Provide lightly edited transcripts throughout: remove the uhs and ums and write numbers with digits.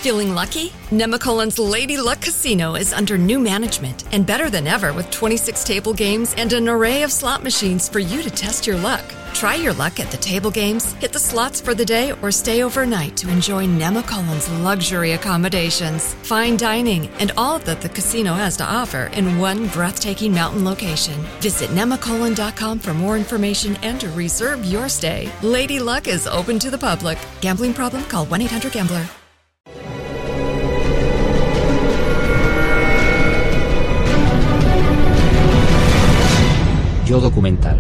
Feeling lucky? Nemacolin's Lady Luck Casino is under new management and better than ever with 26 table games and an array of slot machines for you to test your luck. Try your luck at the table games, hit the slots for the day, or stay overnight to enjoy Nemacolin's luxury accommodations, fine dining, and all that the casino has to offer in one breathtaking mountain location. Visit Nemacolin.com for more information and to reserve your stay. Lady Luck is open to the public. Gambling problem? Call 1-800-GAMBLER. Yo documental.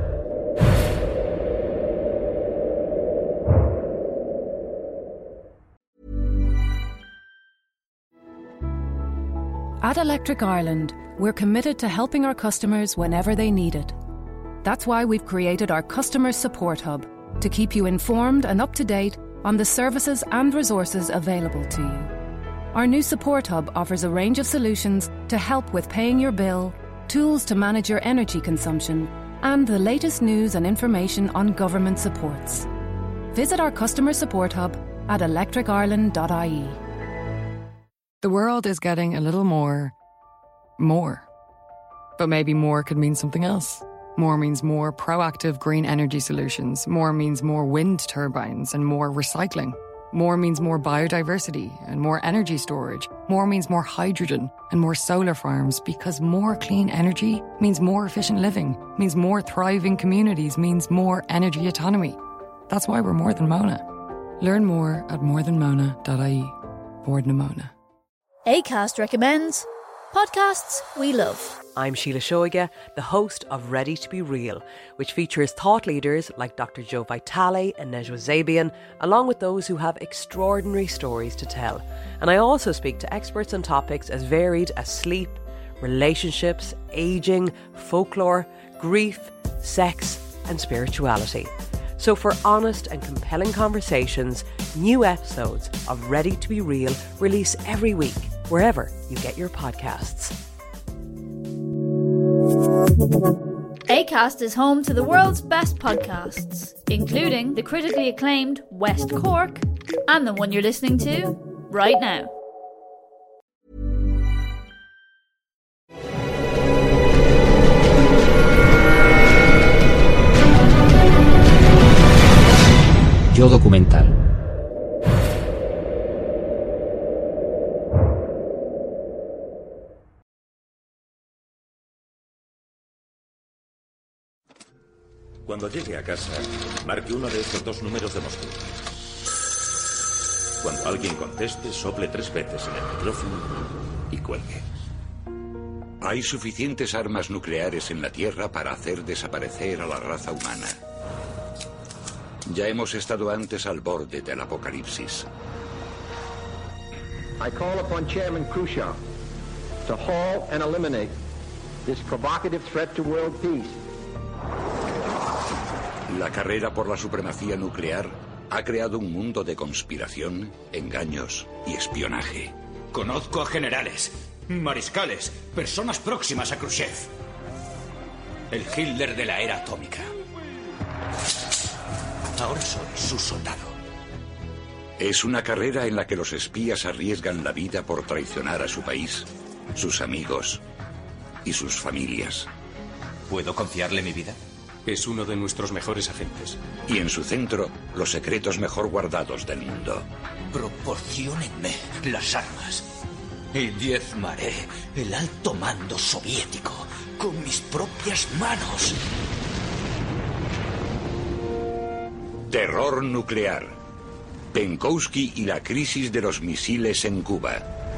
At Electric Ireland, we're committed to helping our customers whenever they need it. That's why we've created our Customer Support Hub, to keep you informed and up to date on the services and resources available to you. Our new Support Hub offers a range of solutions to help with paying your bill, tools to manage your energy consumption, and the latest news and information on government supports. Visit our Customer Support Hub at electricireland.ie. The world is getting a little more. But maybe more could mean something else. More means more proactive green energy solutions. More means more wind turbines and more recycling. More means more biodiversity and more energy storage. More means more hydrogen and more solar farms, because more clean energy means more efficient living, means more thriving communities, means more energy autonomy. That's why we're more than Mona. Learn more at morethanmona.ie. Board Mona. Acast recommends podcasts we love. I'm Sheila Shoiga, the host of Ready to Be Real, which features thought leaders like Dr. Joe Vitale and Nejwa Zabian, along with those who have extraordinary stories to tell. And I also speak to experts on topics as varied as sleep, relationships, ageing, folklore, grief, sex and spirituality. So for honest and compelling conversations, new episodes of Ready to Be Real release every week, wherever you get your podcasts. Acast is home to the world's best podcasts, including the critically acclaimed West Cork and the one you're listening to right now. Yo documental. Cuando llegue a casa, marque uno de estos dos números de Moscú. Cuando alguien conteste, sople 3 veces en el micrófono y cuelgue. Hay suficientes armas nucleares en la Tierra para hacer desaparecer a la raza humana. Ya hemos estado antes al borde del apocalipsis. I call upon Chairman Khrushchev to halt and eliminate this provocative threat to world peace. La carrera por la supremacía nuclear ha creado un mundo de conspiración, engaños y espionaje. Conozco a generales, mariscales, personas próximas a Khrushchev. El Hitler de la era atómica. Ahora soy su soldado. Es una carrera en la que los espías arriesgan la vida por traicionar a su país, sus amigos y sus familias. ¿Puedo confiarle mi vida? Es uno de nuestros mejores agentes. Y en su centro, los secretos mejor guardados del mundo. Proporciónenme las armas y diezmaré el alto mando soviético con mis propias manos. Terror nuclear. Penkovsky y la crisis de los misiles en Cuba.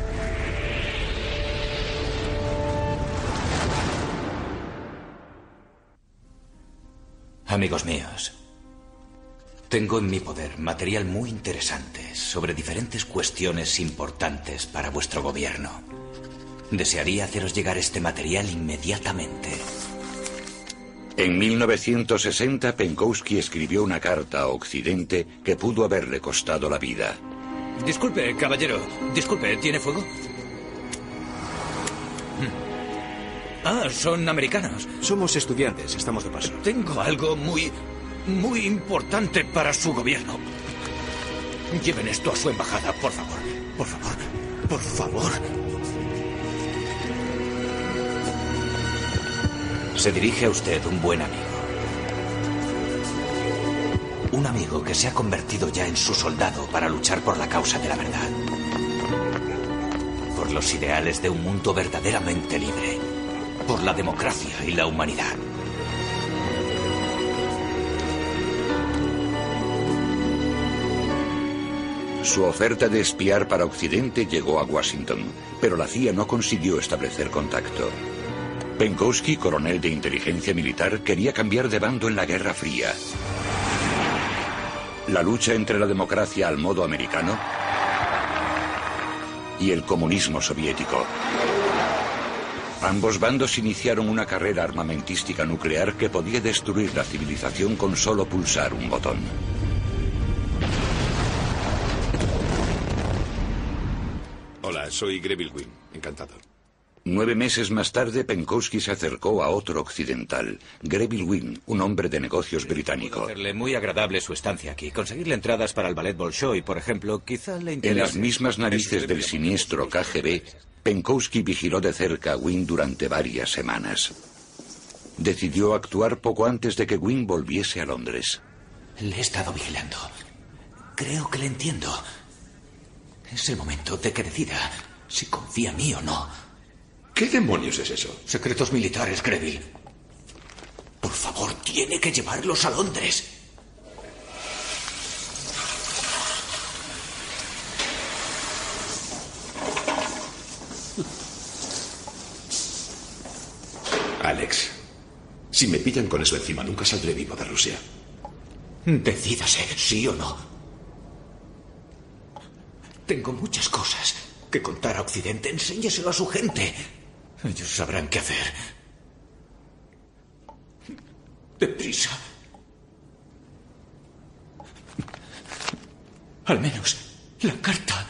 Amigos míos, tengo en mi poder material muy interesante sobre diferentes cuestiones importantes para vuestro gobierno. Desearía haceros llegar este material inmediatamente. En 1960, Penkovsky escribió una carta a Occidente que pudo haberle costado la vida. Disculpe, caballero. Disculpe, ¿tiene fuego? Ah, son americanos. Somos estudiantes, estamos de paso. Tengo algo muy importante para su gobierno. Lleven esto a su embajada, por favor. Por favor. Por favor. Se dirige a usted un buen amigo. Un amigo que se ha convertido ya en su soldado para luchar por la causa de la verdad. Por los ideales de un mundo verdaderamente libre. Por la democracia y la humanidad. Su oferta de espiar para Occidente llegó a Washington, pero la CIA no consiguió establecer contacto. Penkovsky, coronel de inteligencia militar, quería cambiar de bando en la Guerra Fría. La lucha entre la democracia al modo americano y el comunismo soviético. Ambos bandos iniciaron una carrera armamentística nuclear que podía destruir la civilización con solo pulsar un botón. Hola, soy Greville Wynn. Encantado. 9 meses más tarde, Penkovsky se acercó a otro occidental, Greville Wynn, un hombre de negocios británico. Puede hacerle muy agradable su estancia aquí. Conseguirle entradas para el Ballet Bolshoi, por ejemplo, quizá le interese. En las mismas narices del siniestro KGB, Penkovsky vigiló de cerca a Wynn durante varias semanas. Decidió actuar poco antes de que Wynn volviese a Londres. Le he estado vigilando. Creo que le entiendo. Es el momento de que decida si confía en mí o no. ¿Qué demonios es eso? Secretos militares, Greville. Por favor, tiene que llevarlos a Londres. Alex, si me pillan con eso encima, nunca saldré vivo de Rusia. Decídase, sí o no. Tengo muchas cosas que contar a Occidente. Enséñeselo a su gente. Ellos sabrán qué hacer. Deprisa. Al menos la carta.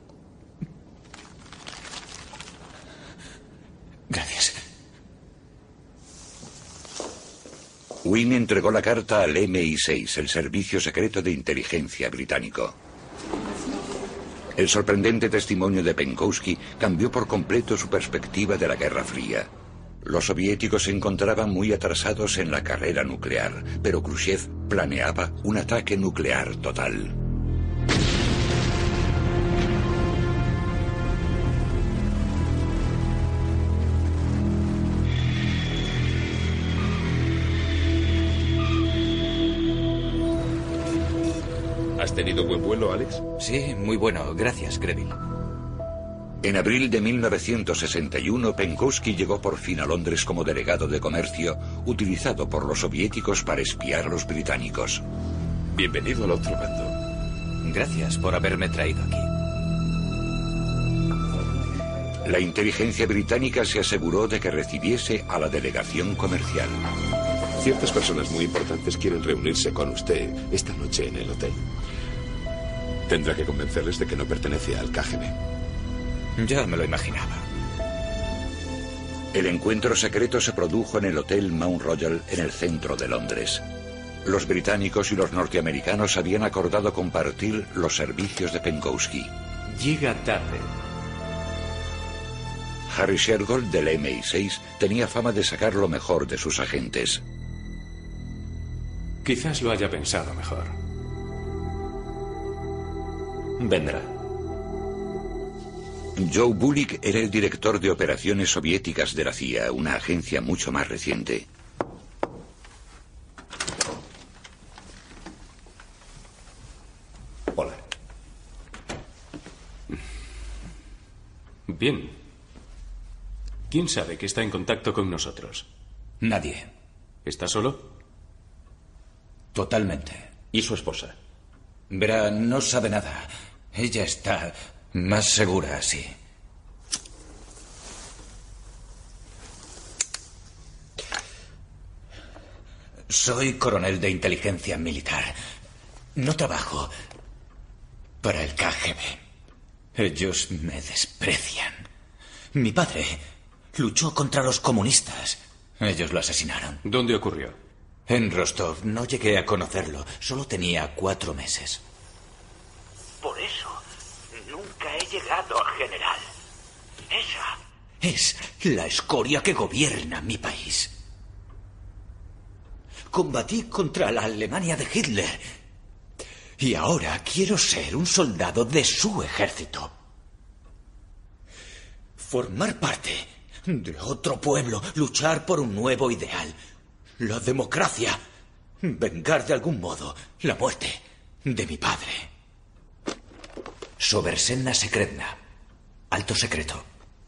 Gracias. Wynn entregó la carta al MI6, el servicio secreto de inteligencia británico. El sorprendente testimonio de Penkovsky cambió por completo su perspectiva de la Guerra Fría. Los soviéticos se encontraban muy atrasados en la carrera nuclear, pero Khrushchev planeaba un ataque nuclear total. ¿Has tenido buen vuelo, Alex? Sí, muy bueno. Gracias, Greville. En abril de 1961, Penkovsky llegó por fin a Londres como delegado de comercio, utilizado por los soviéticos para espiar a los británicos. Bienvenido al otro bando. Gracias por haberme traído aquí. La inteligencia británica se aseguró de que recibiese a la delegación comercial. Ciertas personas muy importantes quieren reunirse con usted esta noche en el hotel. Tendrá que convencerles de que no pertenece al KGB. Ya me lo imaginaba. El encuentro secreto se produjo en el Hotel Mount Royal en el centro de Londres. Los británicos y los norteamericanos habían acordado compartir los servicios de Penkovsky. Llega tarde. Harry Shergold, del MI6, tenía fama de sacar lo mejor de sus agentes. Quizás lo haya pensado mejor. Vendrá. Joe Bullick era el director de operaciones soviéticas de la CIA, una agencia mucho más reciente. Hola. Bien. ¿Quién sabe que está en contacto con nosotros? Nadie. ¿Está solo? Totalmente. ¿Y su esposa? Verá, no sabe nada. Ella está más segura así. Soy coronel de inteligencia militar. No trabajo para el KGB. Ellos me desprecian. Mi padre luchó contra los comunistas. Ellos lo asesinaron. ¿Dónde ocurrió? En Rostov. No llegué a conocerlo. Solo tenía 4 meses. Por eso nunca he llegado a general. Esa es la escoria que gobierna mi país. Combatí contra la Alemania de Hitler y ahora quiero ser un soldado de su ejército. Formar parte de otro pueblo, luchar por un nuevo ideal, la democracia, vengar de algún modo la muerte de mi padre. Sobersenna Secretna, alto secreto.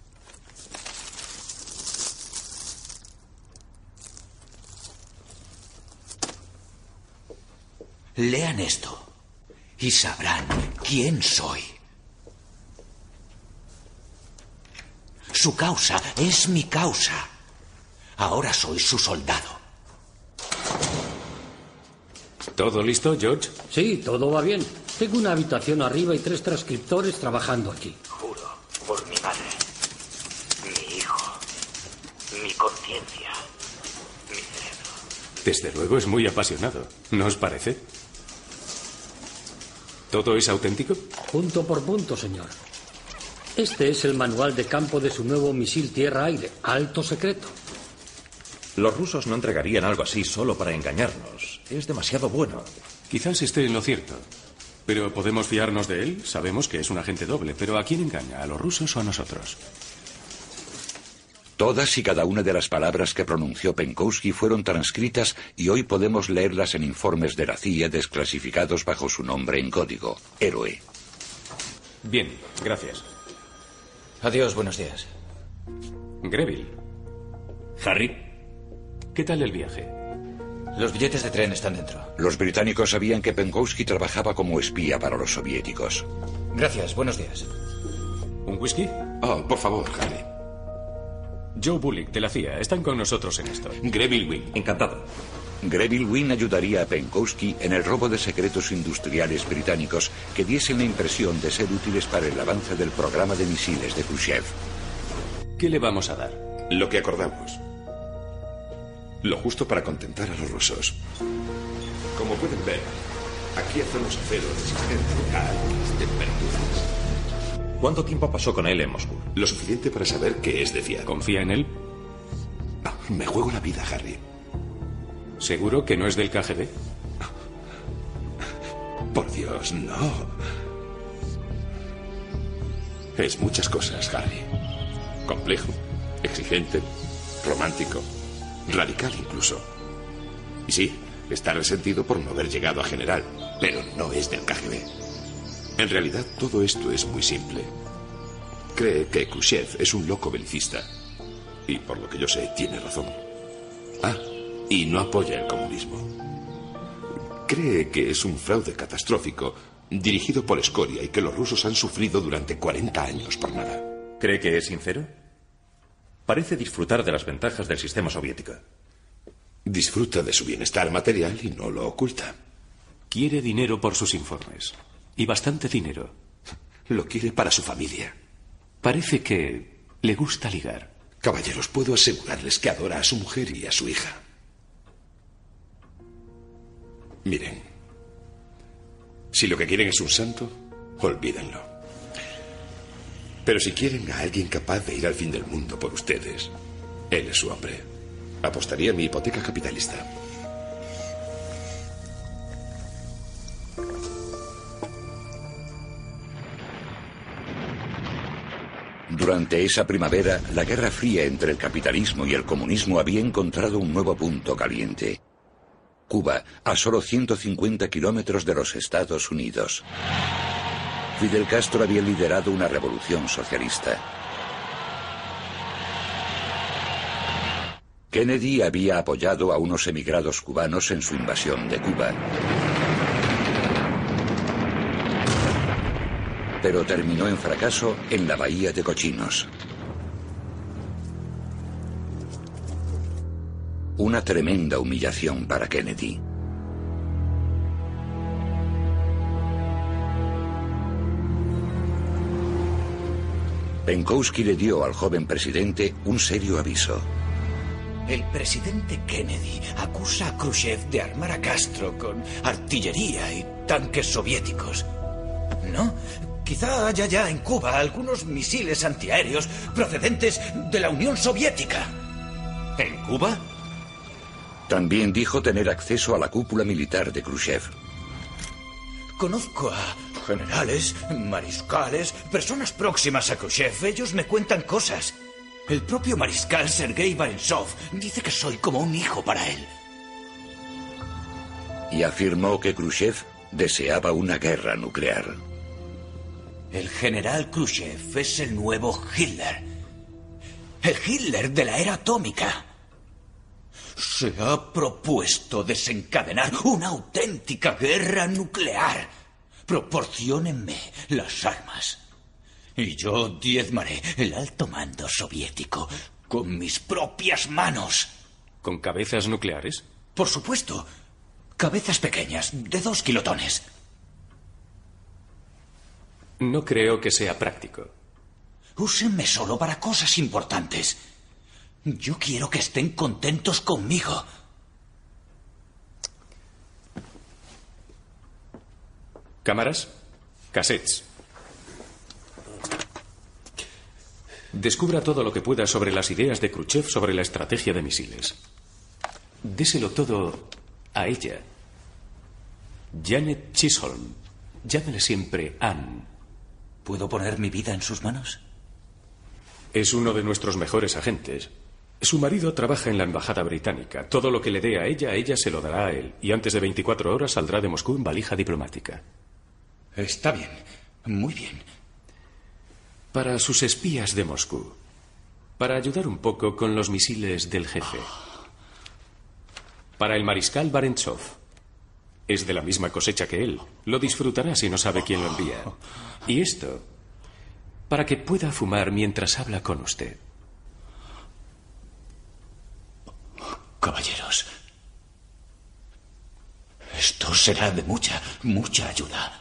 Lean esto y sabrán quién soy. Su causa es mi causa. Ahora soy su soldado. ¿Todo listo, George? Sí, todo va bien. Tengo una habitación arriba y 3 transcriptores trabajando aquí. Juro por mi madre, mi hijo, mi conciencia, mi cerebro. Desde luego es muy apasionado, ¿no os parece? ¿Todo es auténtico? Punto por punto, señor. Este es el manual de campo de su nuevo misil tierra-aire, alto secreto. Los rusos no entregarían algo así solo para engañarnos. Es demasiado bueno. Quizás esté en lo cierto. Pero ¿podemos fiarnos de él? Sabemos que es un agente doble, pero ¿a quién engaña? ¿A los rusos o a nosotros? Todas y cada una de las palabras que pronunció Penkovsky fueron transcritas y hoy podemos leerlas en informes de la CIA desclasificados bajo su nombre en código, Héroe. Bien, gracias. Adiós, buenos días. Greville. Harry. ¿Qué tal el viaje? Los billetes de tren están dentro. Los británicos sabían que Penkovsky trabajaba como espía para los soviéticos. Gracias, buenos días. ¿Un whisky? Oh, por favor, Harry. Joe Bullock, de la CIA. Están con nosotros en esto. Greville Wynn. Encantado. Greville Wynn ayudaría a Penkovsky en el robo de secretos industriales británicos que diesen la impresión de ser útiles para el avance del programa de misiles de Khrushchev. ¿Qué le vamos a dar? Lo que acordamos. Lo justo para contentar a los rusos. Como pueden ver, aquí hacemos acero resistente a altas temperaturas. ¿Cuánto tiempo pasó con él en Moscú? Lo suficiente para saber que es de fiar. ¿Confía en él? Me juego la vida, Harry. ¿Seguro que no es del KGB? Por Dios, no. Es muchas cosas, Harry. Complejo, exigente, romántico, radical incluso. Y sí, está resentido por no haber llegado a general, pero no es del KGB. En realidad, todo esto es muy simple. Cree que Khrushchev es un loco belicista. Y por lo que yo sé, tiene razón. Y no apoya el comunismo. Cree que es un fraude catastrófico dirigido por escoria y que los rusos han sufrido durante 40 años por nada. ¿Cree que es sincero? Parece disfrutar de las ventajas del sistema soviético. Disfruta de su bienestar material y no lo oculta. Quiere dinero por sus informes. Y bastante dinero. Lo quiere para su familia. Parece que le gusta ligar. Caballeros, puedo asegurarles que adora a su mujer y a su hija. Miren, si lo que quieren es un santo, olvídenlo. Pero si quieren a alguien capaz de ir al fin del mundo por ustedes, él es su hombre. Apostaría mi hipoteca capitalista. Durante esa primavera, la Guerra Fría entre el capitalismo y el comunismo había encontrado un nuevo punto caliente. Cuba, a solo 150 kilómetros de los Estados Unidos. Fidel Castro había liderado una revolución socialista. Kennedy había apoyado a unos emigrados cubanos en su invasión de Cuba. Pero terminó en fracaso en la Bahía de Cochinos. Una tremenda humillación para Kennedy. Penkovsky le dio al joven presidente un serio aviso. El presidente Kennedy acusa a Khrushchev de armar a Castro con artillería y tanques soviéticos. ¿No? Quizá haya ya en Cuba algunos misiles antiaéreos procedentes de la Unión Soviética. ¿En Cuba? También dijo tener acceso a la cúpula militar de Khrushchev. Conozco a generales, mariscales, personas próximas a Khrushchev. Ellos me cuentan cosas. El propio mariscal Sergei Barentsov dice que soy como un hijo para él. Y afirmó que Khrushchev deseaba una guerra nuclear. El general Khrushchev es el nuevo Hitler. El Hitler de la era atómica. Se ha propuesto desencadenar una auténtica guerra nuclear. Proporciónenme las armas. Y yo diezmaré el alto mando soviético con mis propias manos. ¿Con cabezas nucleares? Por supuesto. Cabezas pequeñas, de 2 kilotones. No creo que sea práctico. Úsenme solo para cosas importantes. Yo quiero que estén contentos conmigo. ¿Cámaras? Cassettes. Descubra todo lo que pueda sobre las ideas de Khrushchev sobre la estrategia de misiles. Déselo todo a ella. Janet Chisholm. Llámele siempre Anne. ¿Puedo poner mi vida en sus manos? Es uno de nuestros mejores agentes. Su marido trabaja en la embajada británica. Todo lo que le dé a ella se lo dará a él. Y antes de 24 horas saldrá de Moscú en valija diplomática. Está bien. Muy bien. Para sus espías de Moscú. Para ayudar un poco con los misiles del jefe. Para el mariscal Barentsov. Es de la misma cosecha que él. Lo disfrutará si no sabe quién lo envía. Y esto, para que pueda fumar mientras habla con usted. Caballeros, esto será de mucha, mucha ayuda.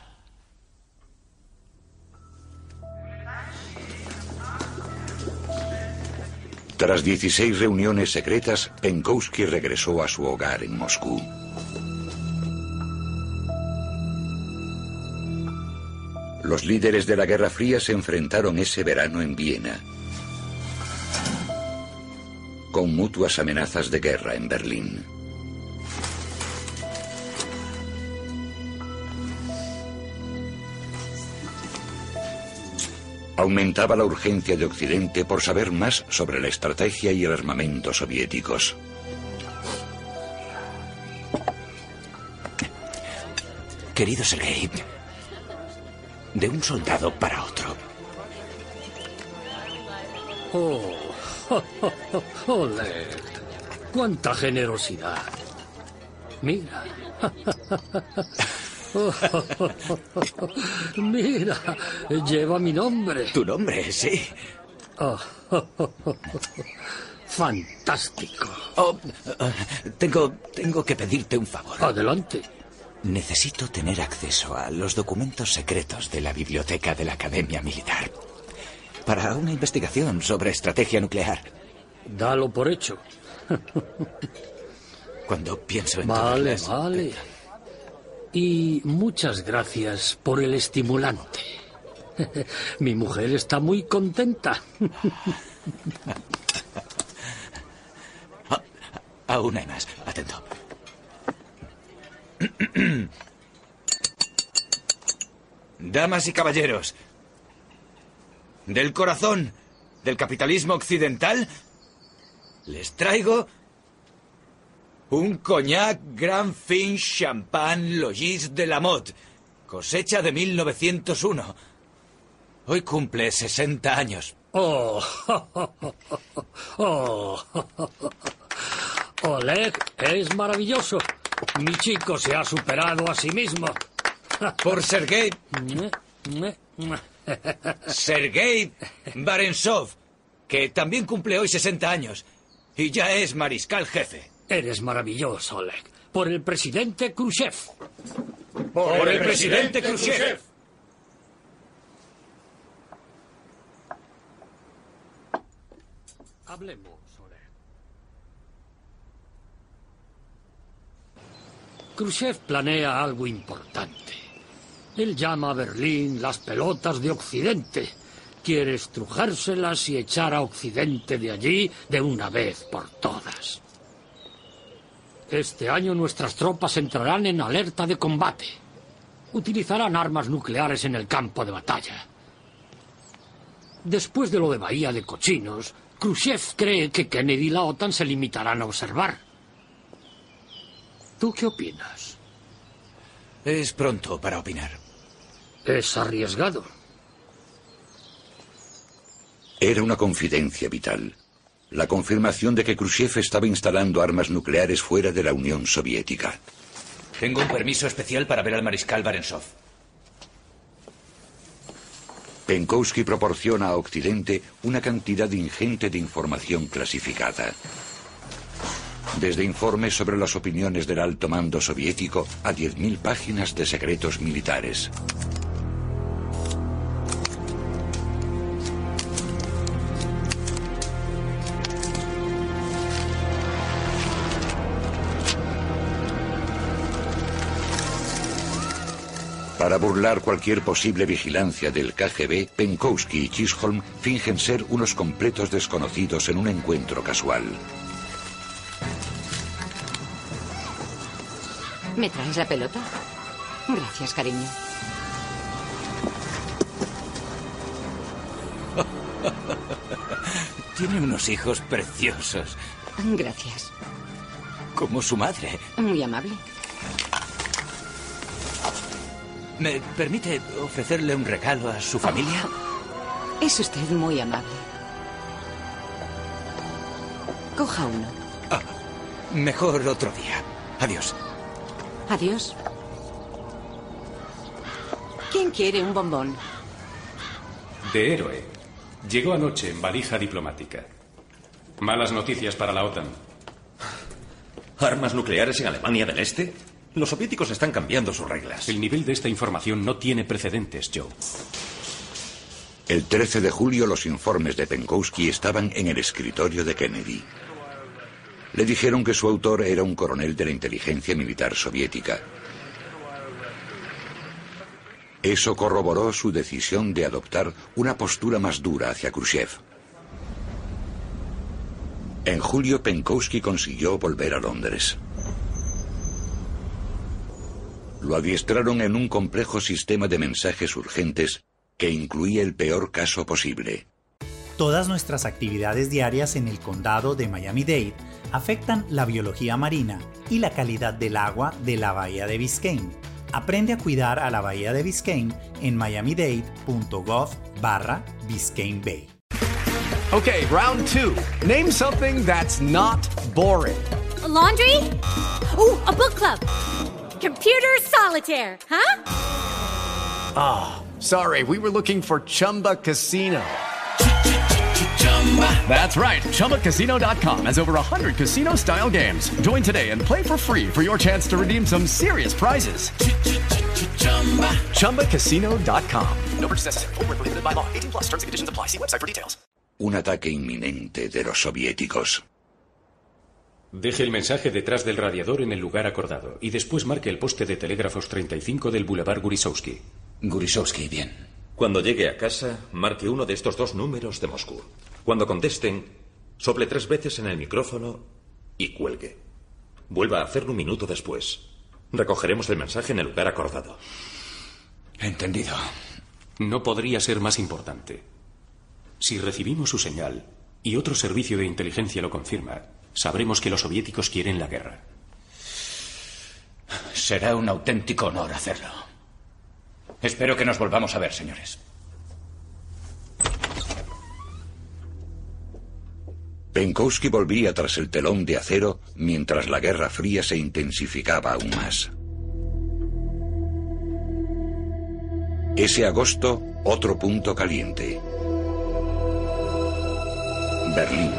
Tras 16 reuniones secretas, Penkovsky regresó a su hogar en Moscú. Los líderes de la Guerra Fría se enfrentaron ese verano en Viena, con mutuas amenazas de guerra en Berlín. Aumentaba la urgencia de Occidente por saber más sobre la estrategia y el armamento soviéticos. Querido Sergei, de un soldado para otro. Oh, Oleg, cuánta generosidad. Mira. Mira, lleva mi nombre. Tu nombre, sí. Fantástico. Tengo que pedirte un favor. Adelante. Necesito tener acceso a los documentos secretos de la biblioteca de la Academia Militar para una investigación sobre estrategia nuclear. Dalo por hecho. Cuando pienso en Vale. Y muchas gracias por el estimulante. Mi mujer está muy contenta. Aún hay más. Atento. Damas y caballeros, del corazón del capitalismo occidental, les traigo un Cognac Grand Fin Champagne Logis de la Motte, cosecha de 1901. Hoy cumple 60 años. Oleg es maravilloso. Mi chico se ha superado a sí mismo. Por Sergei Barentsov, que también cumple hoy 60 años y ya es mariscal jefe. Eres maravilloso, Oleg. Por el presidente Khrushchev. Por el presidente Khrushchev. Hablemos, Oleg. Khrushchev planea algo importante. Él llama a Berlín las pelotas de Occidente. Quiere estrujárselas y echar a Occidente de allí de una vez por todas. Este año nuestras tropas entrarán en alerta de combate. Utilizarán armas nucleares en el campo de batalla. Después de lo de Bahía de Cochinos, Khrushchev cree que Kennedy y la OTAN se limitarán a observar. ¿Tú qué opinas? Es pronto para opinar. Es arriesgado. Era una confidencia vital. La confirmación de que Khrushchev estaba instalando armas nucleares fuera de la Unión Soviética. Tengo un permiso especial para ver al mariscal Barentsov. Penkovsky proporciona a Occidente una cantidad ingente de información clasificada. Desde informes sobre las opiniones del alto mando soviético a 10.000 páginas de secretos militares. Para burlar cualquier posible vigilancia del KGB, Penkovsky y Chisholm fingen ser unos completos desconocidos en un encuentro casual. ¿Me traes la pelota? Gracias, cariño. Tiene unos hijos preciosos. Gracias. Como su madre. Muy amable. ¿Me permite ofrecerle un regalo a su familia? Es usted muy amable. Coja uno. Mejor otro día. Adiós. Adiós. ¿Quién quiere un bombón? De héroe. Llegó anoche en valija diplomática. Malas noticias para la OTAN. ¿Armas nucleares en Alemania del Este? Los soviéticos están cambiando sus reglas. El nivel de esta información no tiene precedentes, Joe. El 13 de julio los informes de Penkovsky estaban en el escritorio de Kennedy. Le dijeron que su autor era un coronel de la inteligencia militar soviética. Eso corroboró su decisión de adoptar una postura más dura hacia Khrushchev. En julio, Penkovsky consiguió volver a Londres. Lo adiestraron en un complejo sistema de mensajes urgentes que incluía el peor caso posible. Todas nuestras actividades diarias en el condado de Miami-Dade afectan la biología marina y la calidad del agua de la Bahía de Biscayne. Aprende a cuidar a la Bahía de Biscayne en miamidade.gov/Biscayne Bay. Okay, round 2. Name something that's not boring. A laundry? Ooh, a book club. Computer solitaire, huh? Ah, sorry, we were looking for Chumba Casino. That's right, ChumbaCasino.com has over 100 casino-style games. Join today and play for free for your chance to redeem some serious prizes. ChumbaCasino.com. No purchase necessary. Void where prohibited by law. 18+ terms and conditions apply. See website for details. Un ataque inminente de los soviéticos. Deje el mensaje detrás del radiador en el lugar acordado y después marque el poste de telégrafos 35 del Boulevard Gurisovsky. Gurisovsky, bien. Cuando llegue a casa, marque uno de estos 2 números de Moscú. Cuando contesten, sople 3 veces en el micrófono y cuelgue. Vuelva a hacerlo un minuto después. Recogeremos el mensaje en el lugar acordado. Entendido. No podría ser más importante. Si recibimos su señal y otro servicio de inteligencia lo confirma, sabremos que los soviéticos quieren la guerra. Será un auténtico honor hacerlo. Espero que nos volvamos a ver, señores. Penkovsky volvía tras el telón de acero mientras la Guerra Fría se intensificaba aún más. Ese agosto, otro punto caliente. Berlín.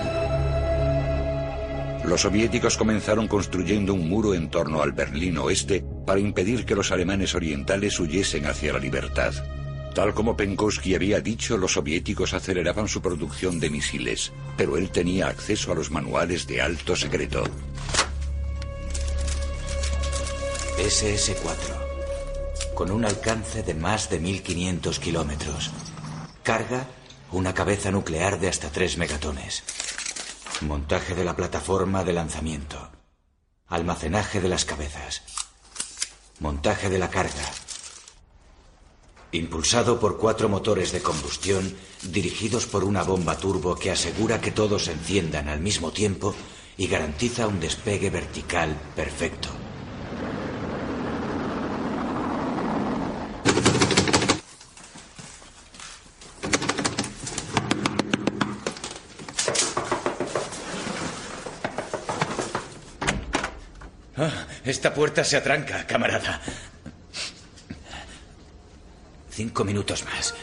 Los soviéticos comenzaron construyendo un muro en torno al Berlín Oeste para impedir que los alemanes orientales huyesen hacia la libertad. Tal como Penkovsky había dicho, los soviéticos aceleraban su producción de misiles, pero él tenía acceso a los manuales de alto secreto. SS-4. con un alcance de más de 1500 kilómetros. Carga, una cabeza nuclear de hasta 3 megatones. Montaje de la plataforma de lanzamiento. Almacenaje de las cabezas. Montaje de la carga. Impulsado por 4 motores de combustión dirigidos por una bomba turbo que asegura que todos se enciendan al mismo tiempo y garantiza un despegue vertical perfecto. Esta puerta se atranca, camarada. 5 minutos más.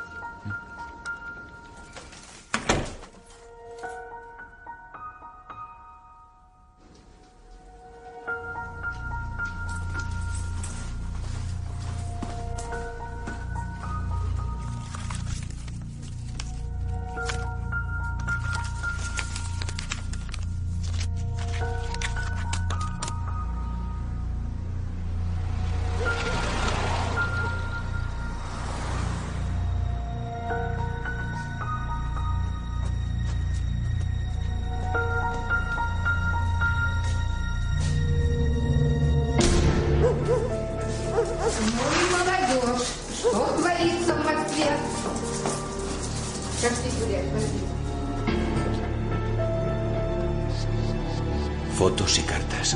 Fotos y cartas.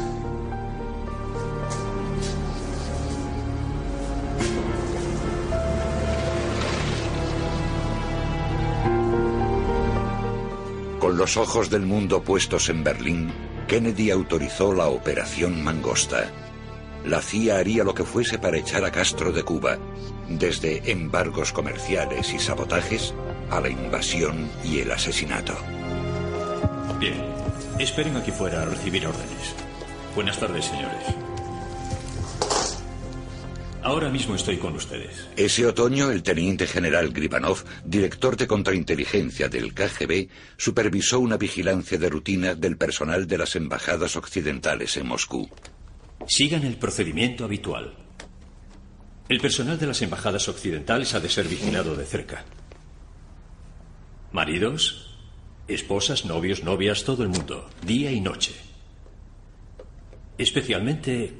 Con los ojos del mundo puestos en Berlín, Kennedy autorizó la Operación Mangosta. La CIA haría lo que fuese para echar a Castro de Cuba, desde embargos comerciales y sabotajes a la invasión y el asesinato. Bien, esperen aquí fuera a recibir órdenes. Buenas tardes, señores. Ahora mismo estoy con ustedes. Ese otoño, el teniente general Gribanov, director de contrainteligencia del KGB, supervisó una vigilancia de rutina del personal de las embajadas occidentales en Moscú. Sigan el procedimiento habitual. El personal de las embajadas occidentales ha de ser vigilado de cerca. Maridos, esposas, novios, novias, todo el mundo, día y noche. Especialmente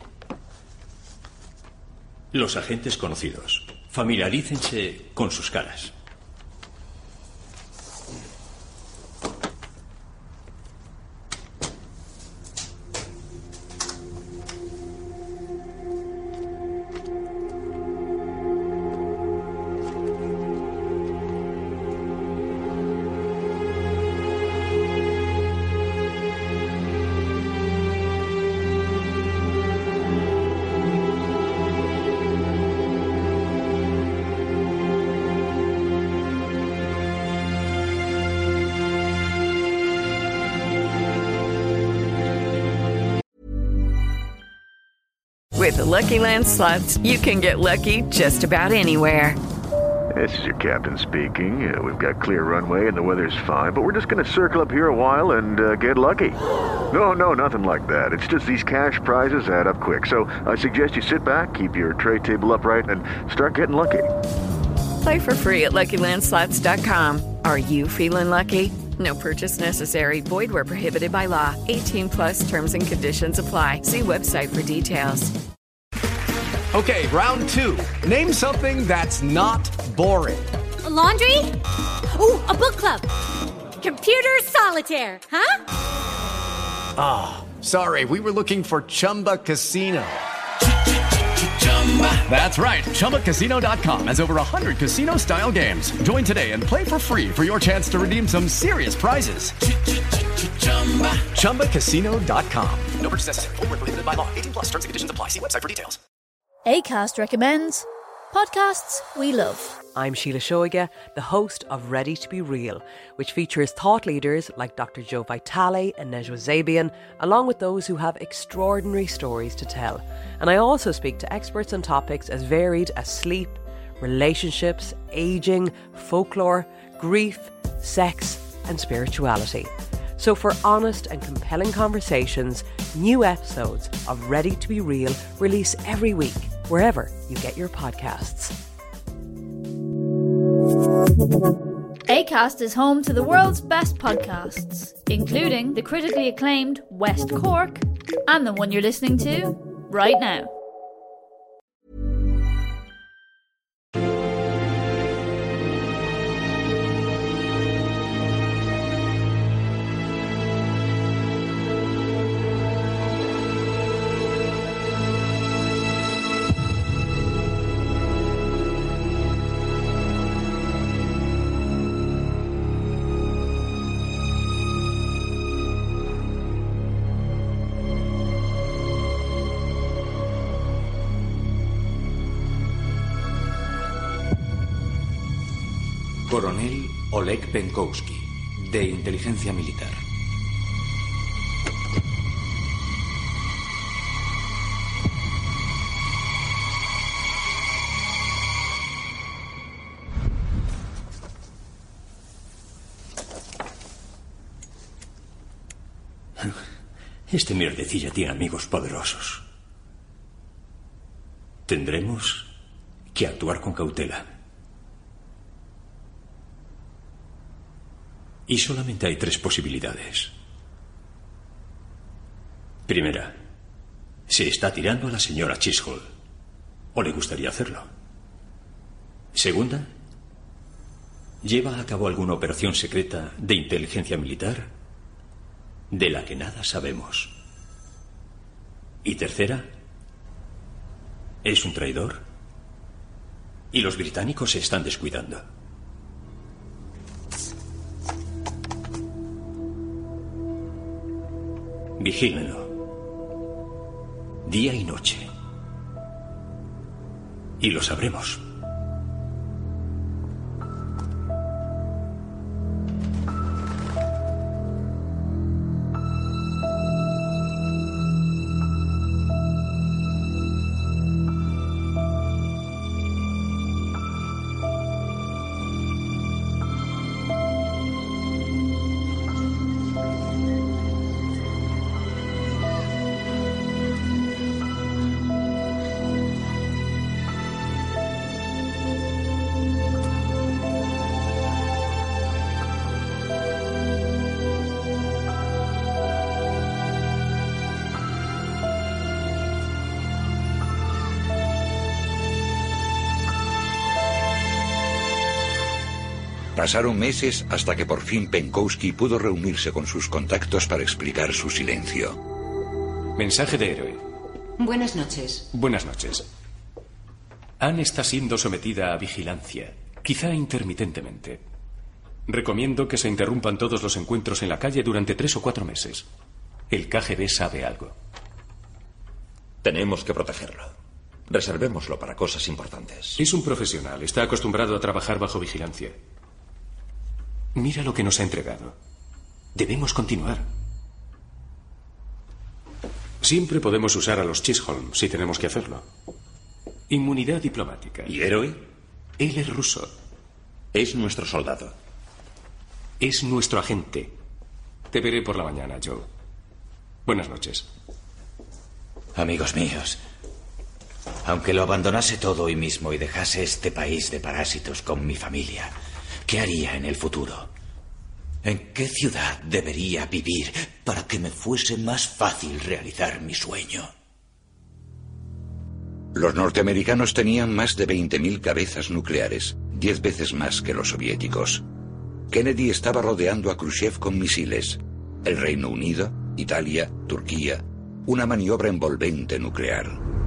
los agentes conocidos. Familiarícense con sus caras. With the Lucky Land Slots, you can get lucky just about anywhere. This is your captain speaking. We've got clear runway and the weather's fine, but we're just going to circle up here a while and get lucky. No, nothing like that. It's just these cash prizes add up quick. So I suggest you sit back, keep your tray table upright, and start getting lucky. Play for free at LuckyLandSlots.com. Are you feeling lucky? No purchase necessary. Void where prohibited by law. 18 plus terms and conditions apply. See website for details. Okay, round 2. Name something that's not boring. A laundry? Ooh, a book club. Computer solitaire, huh? Ah, sorry, we were looking for Chumba Casino. That's right, ChumbaCasino.com has over 100 casino-style games. Join today and play for free for your chance to redeem some serious prizes. ChumbaCasino.com. No purchase necessary. Void where prohibited by law. 18 plus terms and conditions apply. See website for details. Acast recommends podcasts we love. I'm Sheila Shoiga, the host of Ready to Be Real, which features thought leaders like Dr. Joe Vitale and Nejwa Zabian, along with those who have extraordinary stories to tell. And I also speak to experts on topics as varied as sleep, relationships, ageing, folklore, grief, sex, and spirituality. So for honest and compelling conversations, new episodes of Ready to Be Real release every week. wherever you get your podcasts. Acast is home to the world's best podcasts, including the critically acclaimed West Cork and the one you're listening to right now. Coronel Oleg Penkovsky, de Inteligencia Militar. Este mierdecilla tiene amigos poderosos. Tendremos que actuar con cautela. Y solamente hay 3 posibilidades. Primera, se está tirando a la señora Chisholm, o le gustaría hacerlo. Segunda, lleva a cabo alguna operación secreta de inteligencia militar de la que nada sabemos. Y tercera, es un traidor y los británicos se están descuidando. Vigílenlo, día y noche, y lo sabremos. Pasaron meses hasta que por fin Penkovsky pudo reunirse con sus contactos para explicar su silencio. Mensaje de héroe. Buenas noches. Buenas noches. Anne está siendo sometida a vigilancia, quizá intermitentemente. Recomiendo que se interrumpan todos los encuentros en la calle durante 3 o 4 meses. El KGB sabe algo. Tenemos que protegerlo. Reservémoslo para cosas importantes. Es un profesional. Está acostumbrado a trabajar bajo vigilancia. Mira lo que nos ha entregado. Debemos continuar. Siempre podemos usar a los Chisholm si tenemos que hacerlo. Inmunidad diplomática. ¿Y héroe? Él es ruso. Es nuestro soldado. Es nuestro agente. Te veré por la mañana, Joe. Buenas noches. Amigos míos, aunque lo abandonase todo hoy mismo y dejase este país de parásitos con mi familia, ¿qué haría en el futuro? ¿En qué ciudad debería vivir para que me fuese más fácil realizar mi sueño? Los norteamericanos tenían más de 20.000 cabezas nucleares, 10 veces más que los soviéticos. Kennedy estaba rodeando a Khrushchev con misiles. El Reino Unido, Italia, Turquía, una maniobra envolvente nuclear.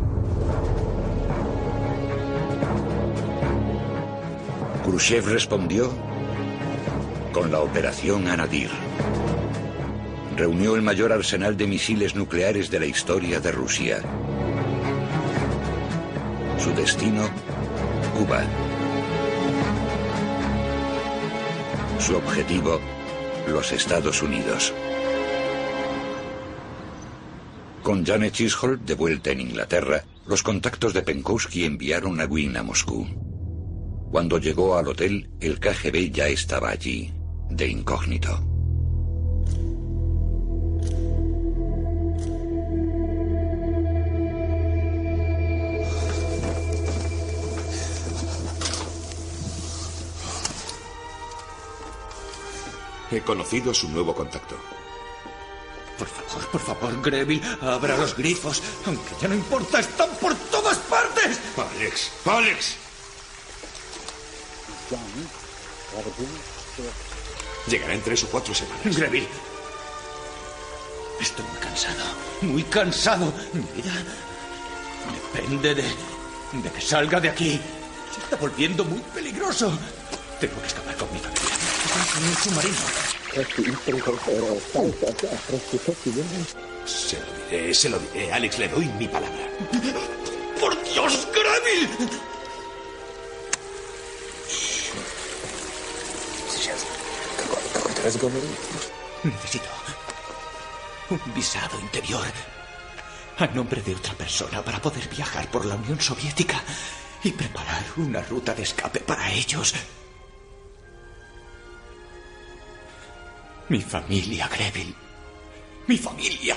Khrushchev respondió con la Operación Anadir. Reunió el mayor arsenal de misiles nucleares de la historia de Rusia. Su destino, Cuba. Su objetivo, los Estados Unidos. Con Janet Chisholm de vuelta en Inglaterra, los contactos de Penkovsky enviaron a Gwynne a Moscú. Cuando llegó al hotel, el KGB ya estaba allí, de incógnito. He conocido a su nuevo contacto. Por favor, Greville, abra los grifos. Aunque ya no importa, están por todas partes. ¡Alex! Llegará en 3 o 4 semanas. Greville. Estoy muy cansado. Mi vida depende de que salga de aquí. Se está volviendo muy peligroso. Tengo que escapar con mi familia. En un submarino. Se lo diré, Alex, le doy mi palabra. ¡Por Dios, Greville! Necesito un visado interior a nombre de otra persona para poder viajar por la Unión Soviética y preparar una ruta de escape para ellos. Mi familia, Greville. Mi familia.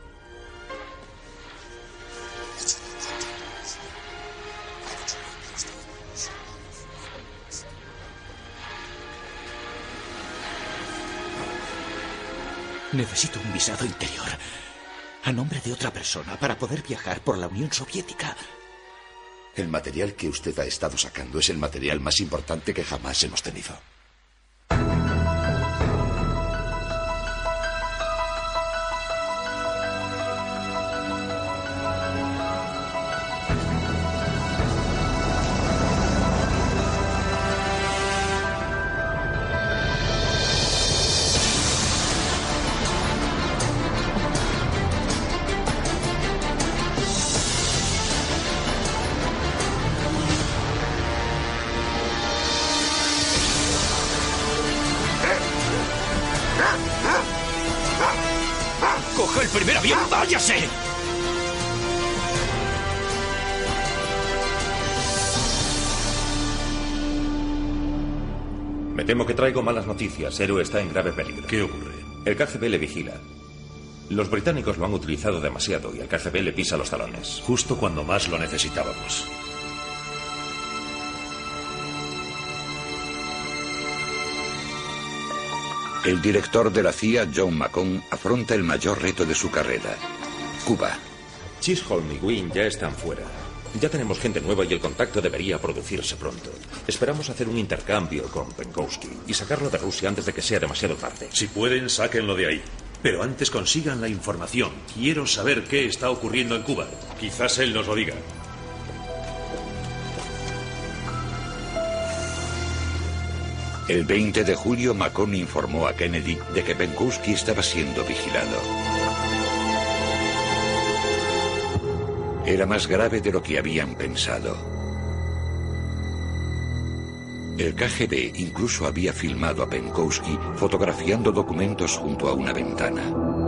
Necesito un visado interior a nombre de otra persona para poder viajar por la Unión Soviética. El material que usted ha estado sacando es el material más importante que jamás hemos tenido. ¡Coge el primer avión! ¡Váyase! Me temo que traigo malas noticias. Héroe está en grave peligro. ¿Qué ocurre? El KGB le vigila. Los británicos lo han utilizado demasiado y el KGB le pisa los talones. Justo cuando más lo necesitábamos. El director de la CIA, John McCone, afronta el mayor reto de su carrera: Cuba. Chisholm y Wynne ya están fuera. Ya tenemos gente nueva y el contacto debería producirse pronto. Esperamos hacer un intercambio con Penkovsky y sacarlo de Rusia antes de que sea demasiado tarde. Si pueden, sáquenlo de ahí. Pero antes consigan la información. Quiero saber qué está ocurriendo en Cuba. Quizás él nos lo diga. El 20 de julio, McCone informó a Kennedy de que Penkovsky estaba siendo vigilado. Era más grave de lo que habían pensado. El KGB incluso había filmado a Penkovsky fotografiando documentos junto a una ventana.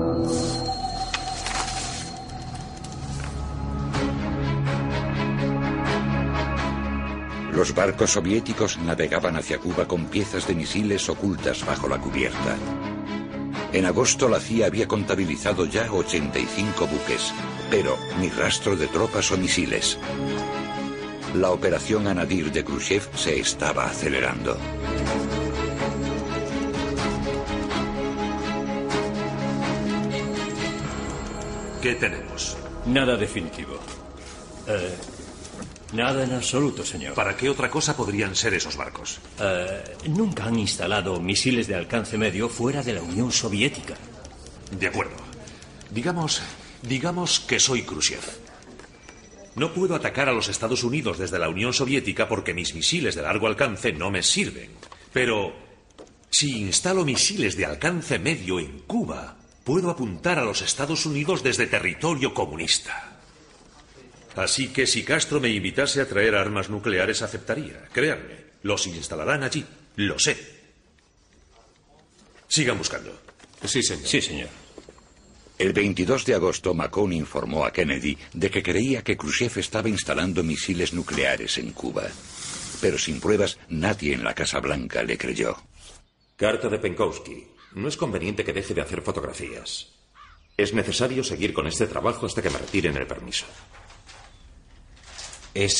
Los barcos soviéticos navegaban hacia Cuba con piezas de misiles ocultas bajo la cubierta. En agosto la CIA había contabilizado ya 85 buques, pero ni rastro de tropas o misiles. La operación Anadir de Khrushchev se estaba acelerando. ¿Qué tenemos? Nada definitivo. Nada en absoluto, señor. ¿Para qué otra cosa podrían ser esos barcos? Nunca han instalado misiles de alcance medio fuera de la Unión Soviética. De acuerdo. Digamos que soy Khrushchev. No puedo atacar a los Estados Unidos desde la Unión Soviética porque mis misiles de largo alcance no me sirven. Pero si instalo misiles de alcance medio en Cuba, puedo apuntar a los Estados Unidos desde territorio comunista. Así que si Castro me invitase a traer armas nucleares, aceptaría. Créanme, los instalarán allí. Lo sé. Sigan buscando. Sí, señor. Sí, señor. El 22 de agosto, McCone informó a Kennedy de que creía que Khrushchev estaba instalando misiles nucleares en Cuba. Pero sin pruebas, nadie en la Casa Blanca le creyó. Carta de Penkovsky. No es conveniente que deje de hacer fotografías. Es necesario seguir con este trabajo hasta que me retiren el permiso.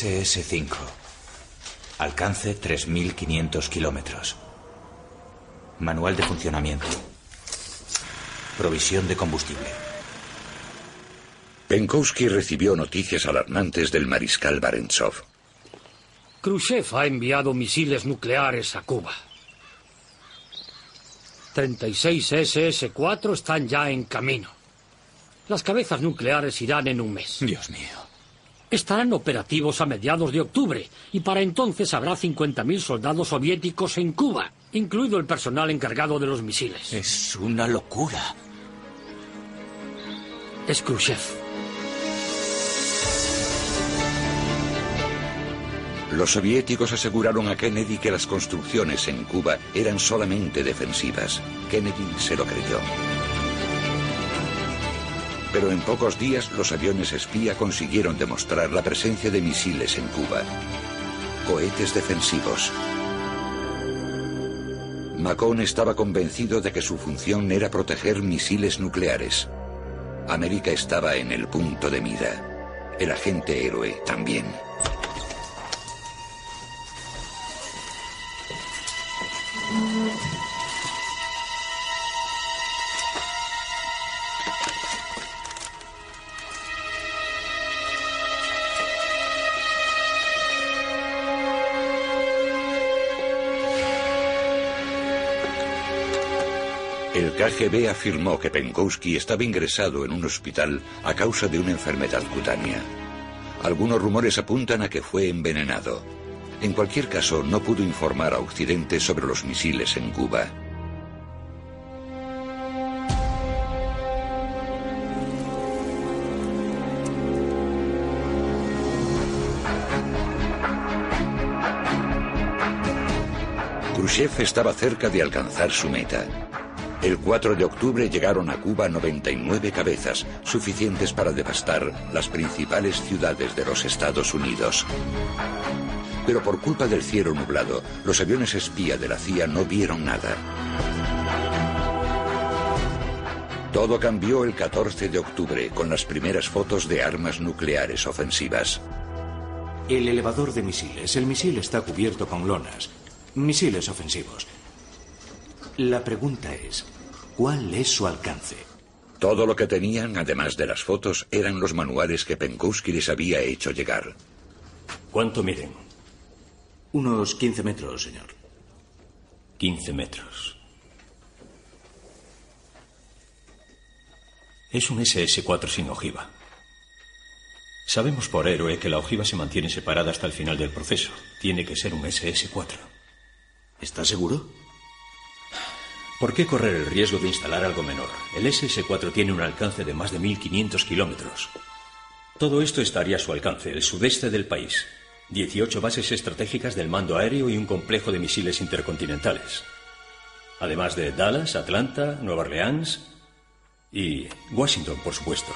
SS-5. Alcance 3.500 kilómetros. Manual de funcionamiento. Provisión de combustible. Penkovsky recibió noticias alarmantes del mariscal Barentsov. Khrushchev ha enviado misiles nucleares a Cuba. 36 SS-4 están ya en camino. Las cabezas nucleares irán en un mes. Dios mío. Estarán operativos a mediados de octubre y para entonces habrá 50.000 soldados soviéticos en Cuba, incluido el personal encargado de los misiles. Es una locura. Es Khrushchev. Los soviéticos aseguraron a Kennedy que las construcciones en Cuba eran solamente defensivas. Kennedy se lo creyó. Pero en pocos días los aviones espía consiguieron demostrar la presencia de misiles en Cuba. Cohetes defensivos. Macon estaba convencido de que su función era proteger misiles nucleares. América estaba en el punto de mira. El agente héroe también. El KGB afirmó que Penkovsky estaba ingresado en un hospital a causa de una enfermedad cutánea. Algunos rumores apuntan a que fue envenenado. En cualquier caso, no pudo informar a Occidente sobre los misiles en Cuba. Khrushchev estaba cerca de alcanzar su meta. El 4 de octubre llegaron a Cuba 99 cabezas, suficientes para devastar las principales ciudades de los Estados Unidos. Pero por culpa del cielo nublado, los aviones espía de la CIA no vieron nada. Todo cambió el 14 de octubre con las primeras fotos de armas nucleares ofensivas. El elevador de misiles. El misil está cubierto con lonas. Misiles ofensivos. La pregunta es, ¿cuál es su alcance? Todo lo que tenían, además de las fotos, eran los manuales que Penkovsky les había hecho llegar. ¿Cuánto miden? Unos 15 metros, señor. 15 metros. Es un SS-4 sin ojiva. Sabemos por héroe que la ojiva se mantiene separada hasta el final del proceso. Tiene que ser un SS-4. ¿Está seguro? ¿Por qué correr el riesgo de instalar algo menor? El SS-4 tiene un alcance de más de 1.500 kilómetros. Todo esto estaría a su alcance, el sudeste del país. 18 bases estratégicas del mando aéreo y un complejo de misiles intercontinentales. Además de Dallas, Atlanta, Nueva Orleans y Washington, por supuesto.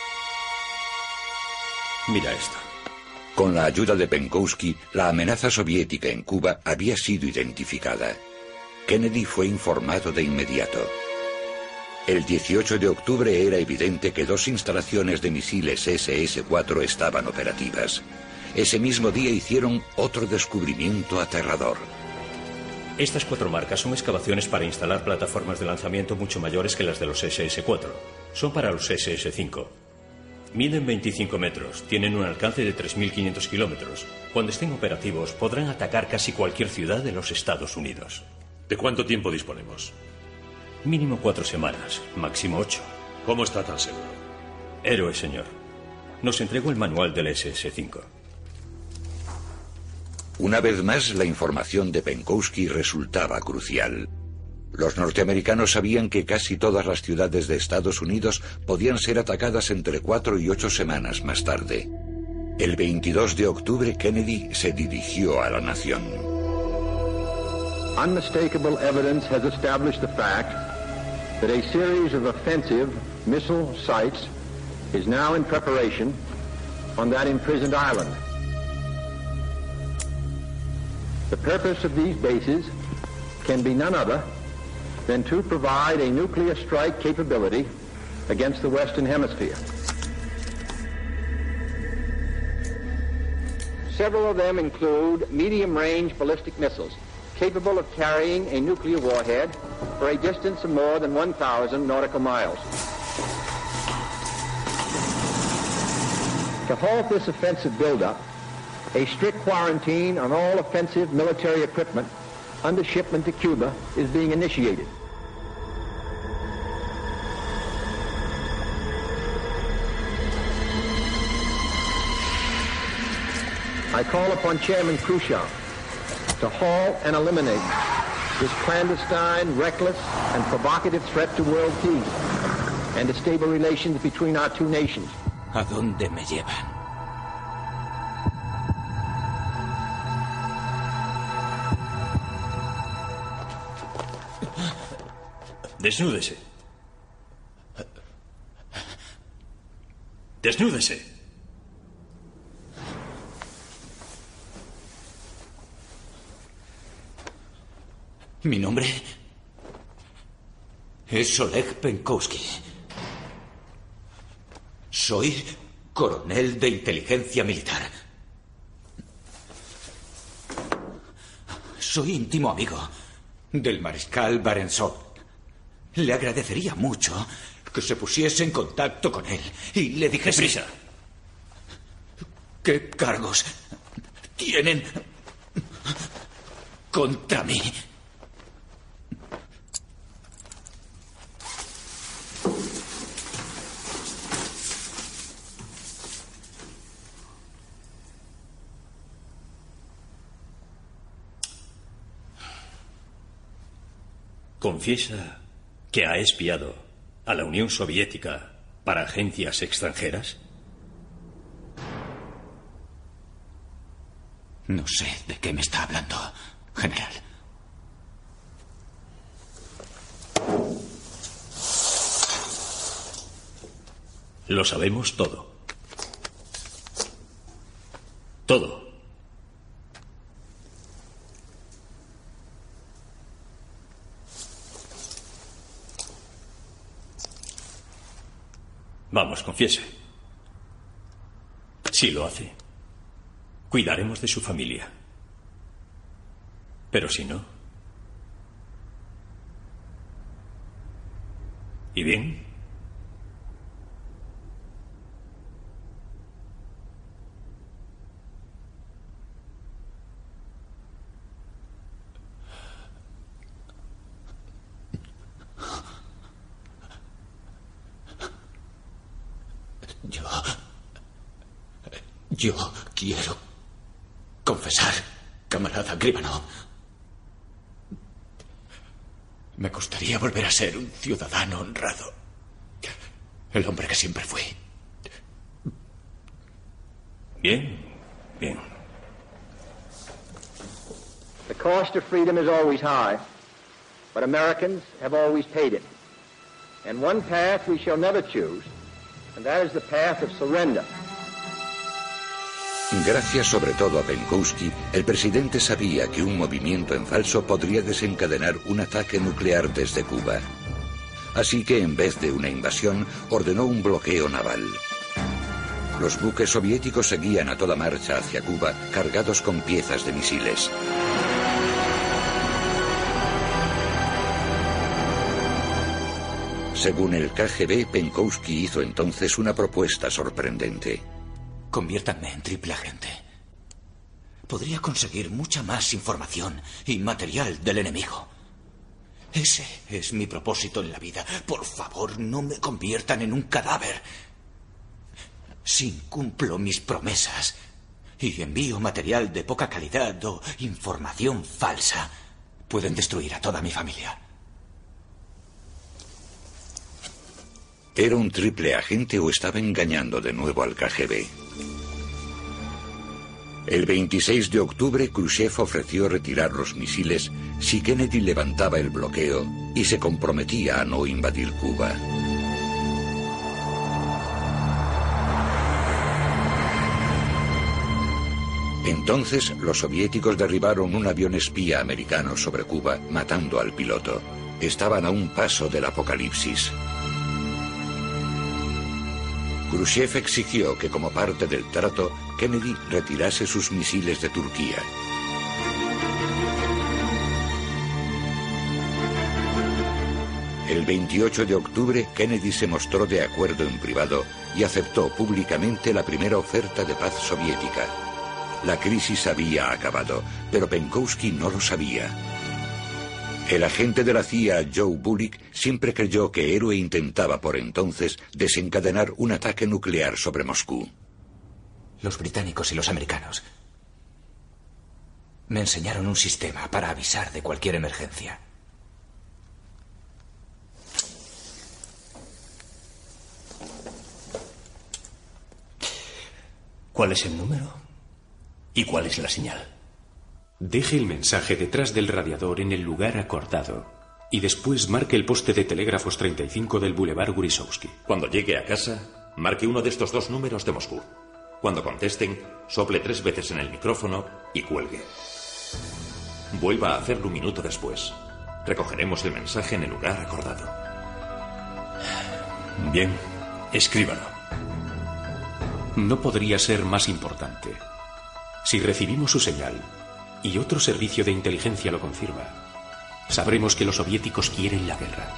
Mira esto. Con la ayuda de Penkovsky, la amenaza soviética en Cuba había sido identificada. Kennedy fue informado de inmediato. El 18 de octubre era evidente que 2 instalaciones de misiles SS-4 estaban operativas. Ese mismo día hicieron otro descubrimiento aterrador. Estas 4 marcas son excavaciones para instalar plataformas de lanzamiento mucho mayores que las de los SS-4. Son para los SS-5. Miden 25 metros, tienen un alcance de 3.500 kilómetros. Cuando estén operativos, podrán atacar casi cualquier ciudad de los Estados Unidos. ¿De cuánto tiempo disponemos? Mínimo 4 semanas, máximo 8. ¿Cómo está tan seguro? Héroe, señor. Nos entregó el manual del SS-5. Una vez más, la información de Penkovsky resultaba crucial. Los norteamericanos sabían que casi todas las ciudades de Estados Unidos podían ser atacadas entre 4 y 8 semanas más tarde. El 22 de octubre, Kennedy se dirigió a la nación. Unmistakable evidence has established the fact that a series of offensive missile sites is now in preparation on that imprisoned island. The purpose of these bases can be none other than to provide a nuclear strike capability against the Western Hemisphere. Several of them include medium-range ballistic missiles capable of carrying a nuclear warhead for a distance of more than 1,000 nautical miles. To halt this offensive buildup, a strict quarantine on all offensive military equipment under shipment to Cuba is being initiated. I call upon Chairman Khrushchev to halt and eliminate this clandestine, reckless, and provocative threat to world peace and to stable relations between our two nations. ¿A dónde me llevan? Desnúdese. Desnúdese. Mi nombre es Oleg Penkovsky. Soy coronel de inteligencia militar. Soy íntimo amigo del mariscal Barentsov. Le agradecería mucho que se pusiese en contacto con él y le dijese... ¡Deprisa! ¿Qué cargos tienen contra mí? ¿Confiesa que ha espiado a la Unión Soviética para agencias extranjeras? No sé de qué me está hablando, general. Lo sabemos todo. Todo. Vamos, confiese. Si lo hace, cuidaremos de su familia. Pero si no... ¿Y bien? Yo quiero confesar, camarada Gribanov. Me gustaría volver a ser un ciudadano honrado. El hombre que siempre fui. Bien, bien. The cost of freedom is always high, but Americans have always paid it. And one path we shall never choose, and that is the path of surrender. Gracias sobre todo a Penkovsky, el presidente sabía que un movimiento en falso podría desencadenar un ataque nuclear desde Cuba. Así que en vez de una invasión, ordenó un bloqueo naval. Los buques soviéticos seguían a toda marcha hacia Cuba, cargados con piezas de misiles. Según el KGB, Penkovsky hizo entonces una propuesta sorprendente. Conviértanme en triple agente. Podría conseguir mucha más información y material del enemigo. Ese es mi propósito en la vida. Por favor, no me conviertan en un cadáver. Si incumplo mis promesas y envío material de poca calidad o información falsa, pueden destruir a toda mi familia. ¿Era un triple agente o estaba engañando de nuevo al KGB? El 26 de octubre, Khrushchev ofreció retirar los misiles si Kennedy levantaba el bloqueo y se comprometía a no invadir Cuba. Entonces, los soviéticos derribaron un avión espía americano sobre Cuba, matando al piloto. Estaban a un paso del apocalipsis. Khrushchev exigió que, como parte del trato, Kennedy retirase sus misiles de Turquía. El 28 de octubre, Kennedy se mostró de acuerdo en privado y aceptó públicamente la primera oferta de paz soviética. La crisis había acabado, pero Penkovsky no lo sabía. El agente de la CIA, Joe Bullock, siempre creyó que Héroe intentaba por entonces desencadenar un ataque nuclear sobre Moscú. Los británicos y los americanos me enseñaron un sistema para avisar de cualquier emergencia. ¿Cuál es el número? ¿Y cuál es la señal? Deje el mensaje detrás del radiador en el lugar acordado y después marque el poste de telégrafos 35 del Boulevard Gurisovsky. Cuando llegue a casa, marque uno de estos 2 números de Moscú. Cuando contesten, sople 3 veces en el micrófono y cuelgue. Vuelva a hacerlo un minuto después. Recogeremos el mensaje en el lugar acordado. Bien, escríbalo. No podría ser más importante. Si recibimos su señal y otro servicio de inteligencia lo confirma, sabremos que los soviéticos quieren la guerra.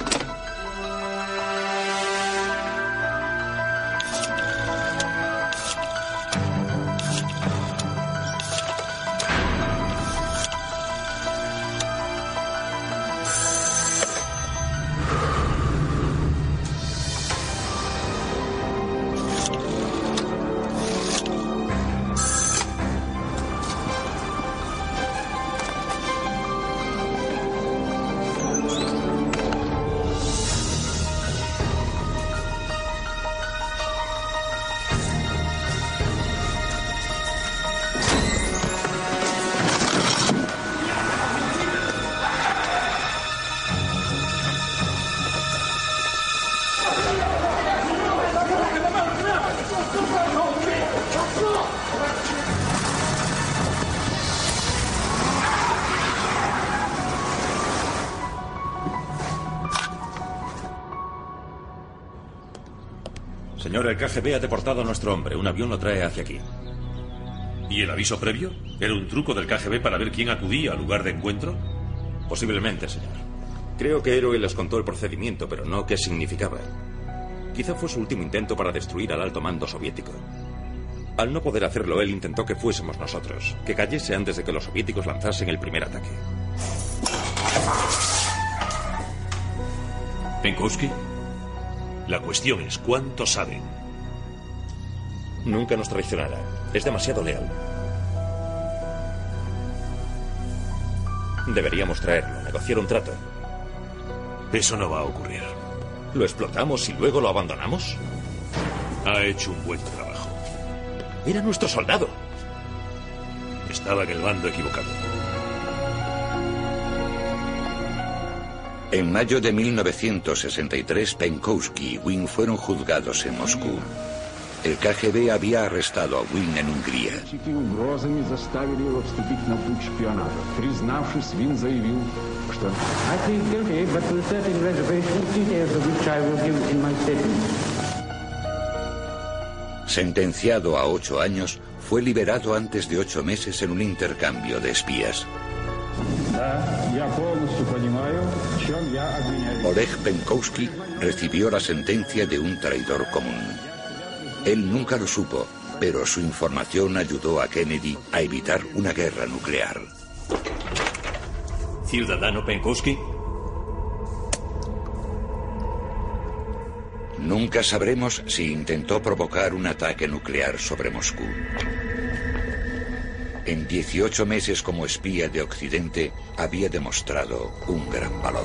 Señor, el KGB ha deportado a nuestro hombre. Un avión lo trae hacia aquí. ¿Y el aviso previo? ¿Era un truco del KGB para ver quién acudía al lugar de encuentro? Posiblemente, señor. Creo que Héroe les contó el procedimiento, pero no qué significaba. Quizá fue su último intento para destruir al alto mando soviético. Al no poder hacerlo, él intentó que fuésemos nosotros, que cayese antes de que los soviéticos lanzasen el primer ataque. Penkovsky, la cuestión es ¿cuánto saben? Nunca nos traicionará. Es demasiado leal. Deberíamos traerlo, negociar un trato. Eso no va a ocurrir. ¿Lo explotamos y luego lo abandonamos? Ha hecho un buen trabajo. Era nuestro soldado. Estaba en el bando equivocado. En mayo de 1963, Penkovsky y Wynne fueron juzgados en Moscú. El KGB había arrestado a Wynne en Hungría. Sentenciado a 8 años, fue liberado antes de 8 meses en un intercambio de espías. Oleg Penkovsky recibió la sentencia de un traidor común. Él nunca lo supo, pero su información ayudó a Kennedy a evitar una guerra nuclear. ¿Ciudadano Penkovsky? Nunca sabremos si intentó provocar un ataque nuclear sobre Moscú. En 18 meses como espía de Occidente, había demostrado un gran valor.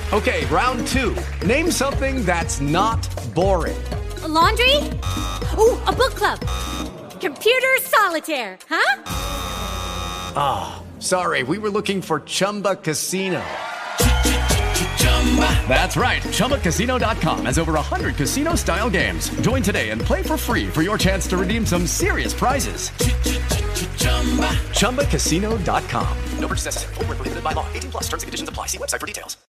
Okay, round two. Name something that's not boring. A laundry? Ooh, a book club. Computer solitaire, huh? Ah, sorry, we were looking for Chumba Casino. That's right, ChumbaCasino.com has over 100 casino-style games. Join today and play for free for your chance to redeem some serious prizes. ChumbaCasino.com. No purchase necessary. Void where prohibited by law. 18+ terms and conditions apply. See website for details.